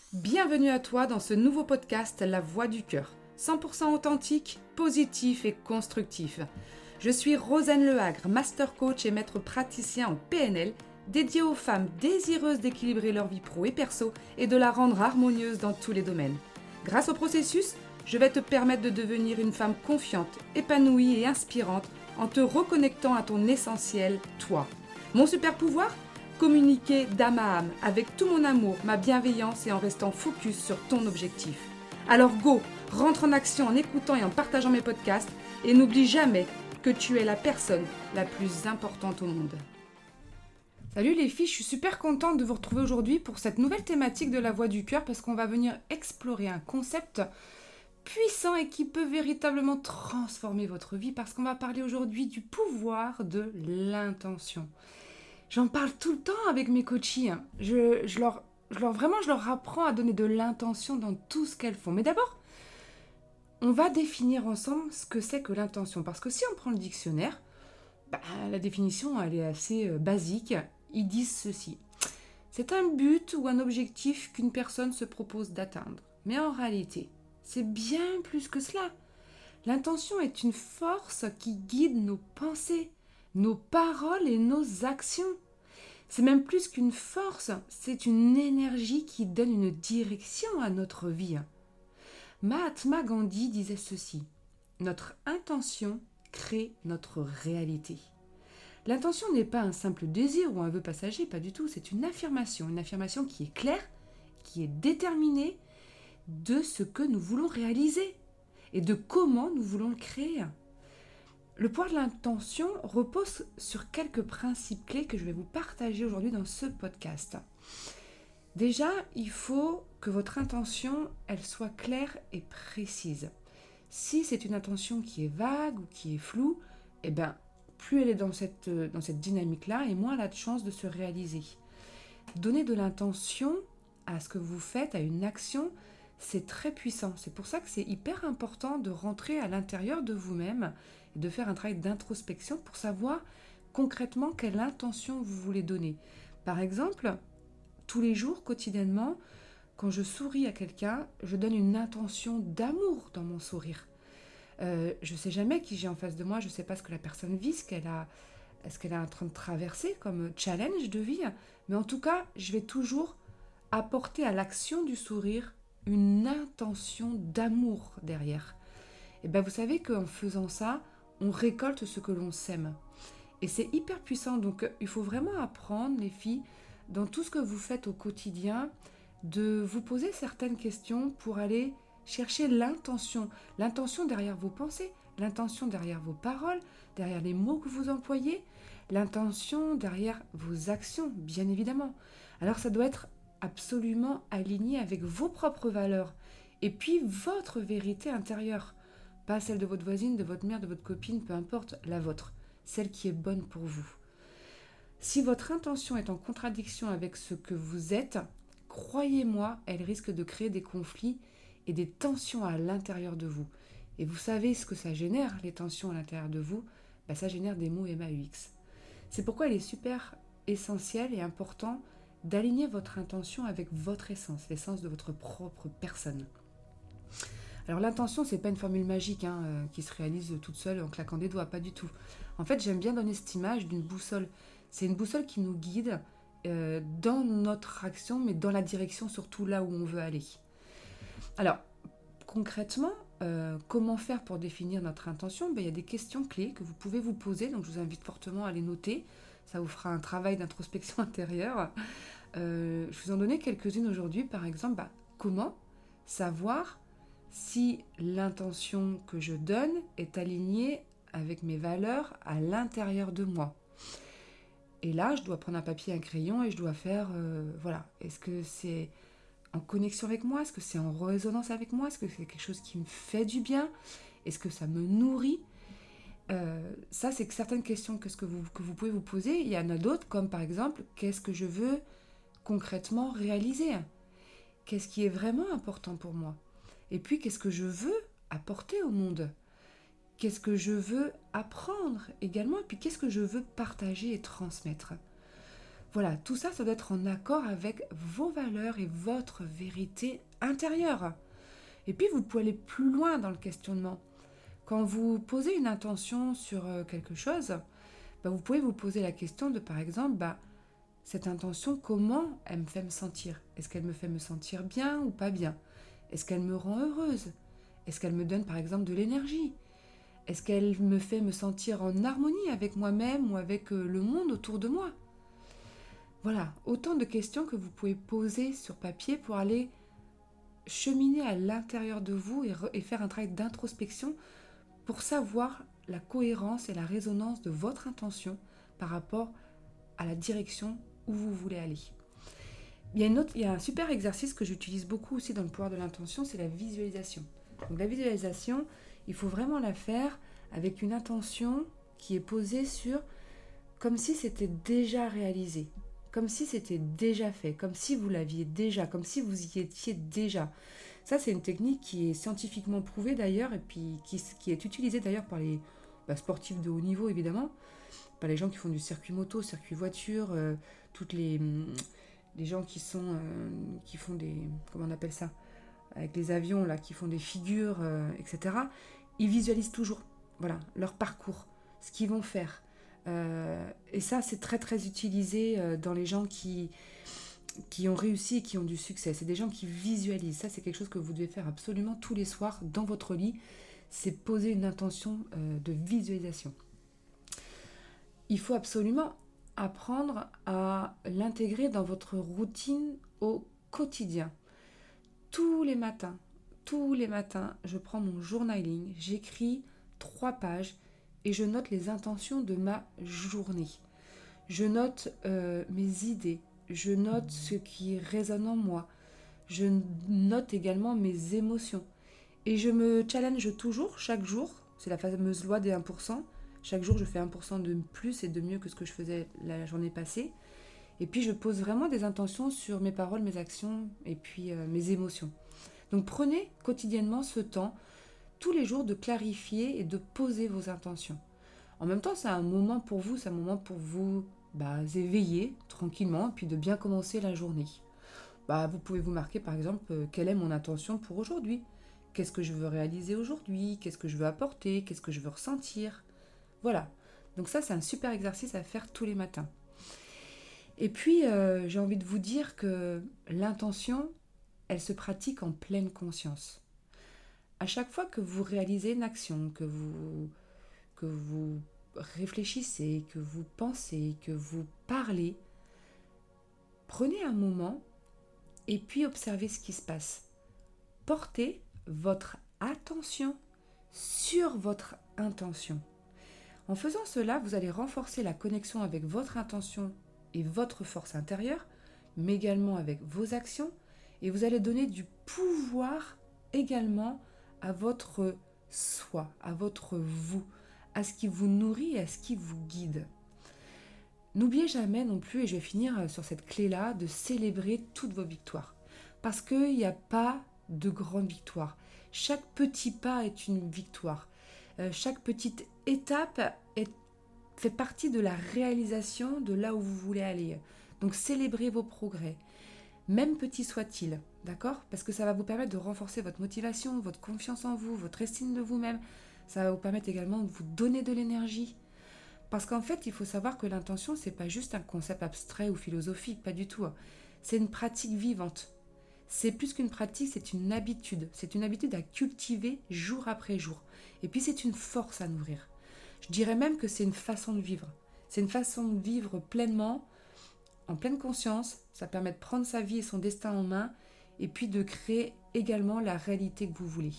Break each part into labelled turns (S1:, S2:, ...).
S1: Bienvenue à toi dans ce nouveau podcast La Voix du Cœur, 100% authentique, positif et constructif. Je suis Rosanne Lehagre, master coach et maître praticien en PNL, dédiée aux femmes désireuses d'équilibrer leur vie pro et perso et de la rendre harmonieuse dans tous les domaines. Grâce au processus, je vais te permettre de devenir une femme confiante, épanouie et inspirante en te reconnectant à ton essentiel, toi. Mon super pouvoir ? Communiquer d'âme à âme avec tout mon amour, ma bienveillance et en restant focus sur ton objectif. Alors go, rentre en action en écoutant et en partageant mes podcasts et n'oublie jamais que tu es la personne la plus importante au monde. Salut les filles, je suis super contente de vous retrouver aujourd'hui pour cette nouvelle thématique de la Voix du Cœur parce qu'on va venir explorer un concept puissant et qui peut véritablement transformer votre vie parce qu'on va parler aujourd'hui du pouvoir de l'intention. J'en parle tout le temps avec mes coachis. Je leur apprends à donner de l'intention dans tout ce qu'elles font. Mais d'abord, on va définir ensemble ce que c'est que l'intention. Parce que si on prend le dictionnaire, la définition, elle est assez basique. Ils disent ceci. C'est un but ou un objectif qu'une personne se propose d'atteindre. Mais en réalité, c'est bien plus que cela. L'intention est une force qui guide nos pensées, nos paroles et nos actions. C'est même plus qu'une force, c'est une énergie qui donne une direction à notre vie. Mahatma Gandhi disait ceci, notre intention crée notre réalité. L'intention n'est pas un simple désir ou un vœu passager, pas du tout, c'est une affirmation qui est claire, qui est déterminée de ce que nous voulons réaliser et de comment nous voulons le créer. Le pouvoir de l'intention repose sur quelques principes clés que je vais vous partager aujourd'hui dans ce podcast. Déjà, il faut que votre intention, elle soit claire et précise. Si c'est une intention qui est vague ou qui est floue, plus elle est dans cette dynamique-là et moins elle a de chances de se réaliser. Donner de l'intention à ce que vous faites, à une action, c'est très puissant. C'est pour ça que c'est hyper important de rentrer à l'intérieur de vous-même et de faire un travail d'introspection pour savoir concrètement quelle intention vous voulez donner. Par exemple, tous les jours, quotidiennement, quand je souris à quelqu'un, je donne une intention d'amour dans mon sourire. Je ne sais jamais qui j'ai en face de moi, je ne sais pas ce que la personne vit, ce qu'elle est en train de traverser comme challenge de vie, mais en tout cas, je vais toujours apporter à l'action du sourire une intention d'amour derrière. Et vous savez qu'en faisant ça, on récolte ce que l'on sème. Et c'est hyper puissant, donc il faut vraiment apprendre, les filles, dans tout ce que vous faites au quotidien, de vous poser certaines questions pour aller chercher l'intention derrière vos pensées, l'intention derrière vos paroles, derrière les mots que vous employez, l'intention derrière vos actions, bien évidemment. Alors ça doit être absolument aligné avec vos propres valeurs et puis votre vérité intérieure, pas celle de votre voisine, de votre mère, de votre copine, peu importe, la vôtre, celle qui est bonne pour vous. Si votre intention est en contradiction avec ce que vous êtes, croyez-moi, elle risque de créer des conflits et des tensions à l'intérieur de vous. Et vous savez ce que ça génère, les tensions à l'intérieur de vous ? Ça génère des mots MAUX. C'est pourquoi il est super essentiel et important d'aligner votre intention avec votre essence, l'essence de votre propre personne. Alors l'intention, c'est pas une formule magique qui se réalise toute seule en claquant des doigts, pas du tout. En fait, j'aime bien donner cette image d'une boussole. C'est une boussole qui nous guide dans notre action, mais dans la direction surtout là où on veut aller. Alors, concrètement, comment faire pour définir notre intention ? Il y a des questions clés que vous pouvez vous poser, donc je vous invite fortement à les noter. Ça vous fera un travail d'introspection intérieure. Je vous en donnais quelques-unes aujourd'hui. Par exemple, comment savoir si l'intention que je donne est alignée avec mes valeurs à l'intérieur de moi. Et là, je dois prendre un papier et un crayon et je dois faire, est-ce que c'est en connexion avec moi ? Est-ce que c'est en résonance avec moi ? Est-ce que c'est quelque chose qui me fait du bien ? Est-ce que ça me nourrit ? Ça, c'est que certaines questions que vous pouvez vous poser. Il y en a d'autres, comme par exemple, qu'est-ce que je veux concrètement réaliser ? Qu'est-ce qui est vraiment important pour moi ? Et puis, qu'est-ce que je veux apporter au monde ? Qu'est-ce que je veux apprendre également ? Et puis, qu'est-ce que je veux partager et transmettre ? Voilà, tout ça, ça doit être en accord avec vos valeurs et votre vérité intérieure. Et puis, vous pouvez aller plus loin dans le questionnement. Quand vous posez une intention sur quelque chose, vous pouvez vous poser la question de, par exemple, cette intention, comment elle me fait me sentir? Est-ce qu'elle me fait me sentir bien ou pas bien? Est-ce qu'elle me rend heureuse? Est-ce qu'elle me donne, par exemple, de l'énergie? Est-ce qu'elle me fait me sentir en harmonie avec moi-même ou avec le monde autour de moi? Voilà, autant de questions que vous pouvez poser sur papier pour aller cheminer à l'intérieur de vous et faire un travail d'introspection pour savoir la cohérence et la résonance de votre intention par rapport à la direction où vous voulez aller. Il y a un super exercice que j'utilise beaucoup aussi dans le pouvoir de l'intention, c'est la visualisation. Donc la visualisation, il faut vraiment la faire avec une intention qui est posée sur comme si c'était déjà réalisé, comme si c'était déjà fait, comme si vous l'aviez déjà, comme si vous y étiez déjà. Ça, c'est une technique qui est scientifiquement prouvée d'ailleurs, et puis qui est utilisée d'ailleurs par les sportifs de haut niveau évidemment, par les gens qui font du circuit moto, circuit voiture, toutes les gens qui font des, comment on appelle ça, avec les avions là, qui font des figures, etc. Ils visualisent toujours, voilà, leur parcours, ce qu'ils vont faire. Et ça, c'est très très utilisé dans les gens qui ont réussi et qui ont du succès. C'est des gens qui visualisent. Ça, c'est quelque chose que vous devez faire absolument tous les soirs dans votre lit. C'est poser une intention de visualisation. Il faut absolument apprendre à l'intégrer dans votre routine au quotidien. Tous les matins, je prends mon journaling, j'écris 3 pages et je note les intentions de ma journée. Je note mes idées, je note ce qui résonne en moi, je note également mes émotions. Et je me challenge toujours, chaque jour, c'est la fameuse loi des 1%, chaque jour je fais 1% de plus et de mieux que ce que je faisais la journée passée. Et puis je pose vraiment des intentions sur mes paroles, mes actions et puis mes émotions. Donc prenez quotidiennement ce temps, tous les jours, de clarifier et de poser vos intentions. En même temps, c'est un moment pour vous, éveiller tranquillement, puis de bien commencer la journée. Vous pouvez vous marquer par exemple, quelle est mon intention pour aujourd'hui? Qu'est-ce que je veux réaliser aujourd'hui? Qu'est-ce que je veux apporter? Qu'est-ce que je veux ressentir? Voilà. Donc ça, c'est un super exercice à faire tous les matins. Et puis, j'ai envie de vous dire que l'intention, elle se pratique en pleine conscience. À chaque fois que vous réalisez une action, que vous réfléchissez, que vous pensez, que vous parlez, prenez un moment et puis observez ce qui se passe. Portez votre attention sur votre intention. En faisant cela, vous allez renforcer la connexion avec votre intention et votre force intérieure, mais également avec vos actions, et vous allez donner du pouvoir également à votre soi, à votre vous, à ce qui vous nourrit et à ce qui vous guide. N'oubliez jamais non plus, et je vais finir sur cette clé-là, de célébrer toutes vos victoires. Parce qu'il n'y a pas de grande victoire. Chaque petit pas est une victoire. Chaque petite étape fait partie de la réalisation de là où vous voulez aller. Donc célébrez vos progrès, même petits soient-ils, d'accord? Parce que ça va vous permettre de renforcer votre motivation, votre confiance en vous, votre estime de vous-même. Ça va vous permettre également de vous donner de l'énergie. Parce qu'en fait, il faut savoir que l'intention, c'est pas juste un concept abstrait ou philosophique, pas du tout. C'est une pratique vivante. C'est plus qu'une pratique, c'est une habitude. C'est une habitude à cultiver jour après jour. Et puis c'est une force à nourrir. Je dirais même que c'est une façon de vivre. C'est une façon de vivre pleinement, en pleine conscience. Ça permet de prendre sa vie et son destin en main et puis de créer également la réalité que vous voulez.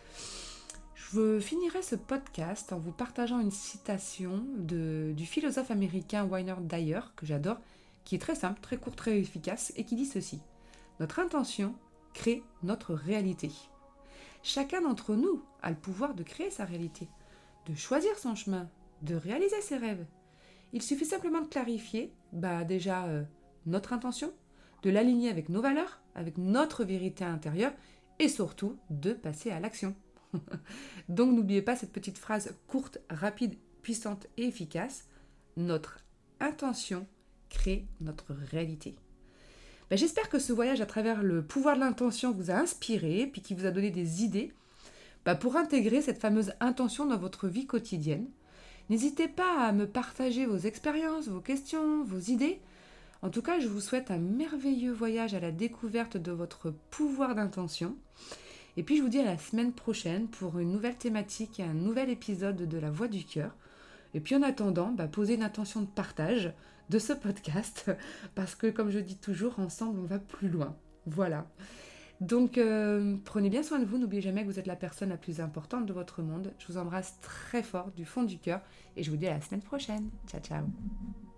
S1: Je finirai ce podcast en vous partageant une citation du philosophe américain Wayne Dyer, que j'adore, qui est très simple, très court, très efficace, et qui dit ceci. Notre intention crée notre réalité. Chacun d'entre nous a le pouvoir de créer sa réalité, de choisir son chemin, de réaliser ses rêves. Il suffit simplement de clarifier, déjà notre intention, de l'aligner avec nos valeurs, avec notre vérité intérieure, et surtout de passer à l'action. Donc n'oubliez pas cette petite phrase courte, rapide, puissante et efficace. Notre intention crée notre réalité. J'espère que ce voyage à travers le pouvoir de l'intention vous a inspiré, puis qui vous a donné des idées pour intégrer cette fameuse intention dans votre vie quotidienne. N'hésitez pas à me partager vos expériences, vos questions, vos idées. En tout cas, je vous souhaite un merveilleux voyage à la découverte de votre pouvoir d'intention. Et puis je vous dis à la semaine prochaine pour une nouvelle thématique et un nouvel épisode de La Voix du Cœur. Et puis en attendant, posez une intention de partage de ce podcast parce que comme je dis toujours, ensemble on va plus loin. Voilà. Donc prenez bien soin de vous, n'oubliez jamais que vous êtes la personne la plus importante de votre monde. Je vous embrasse très fort du fond du cœur et je vous dis à la semaine prochaine. Ciao ciao.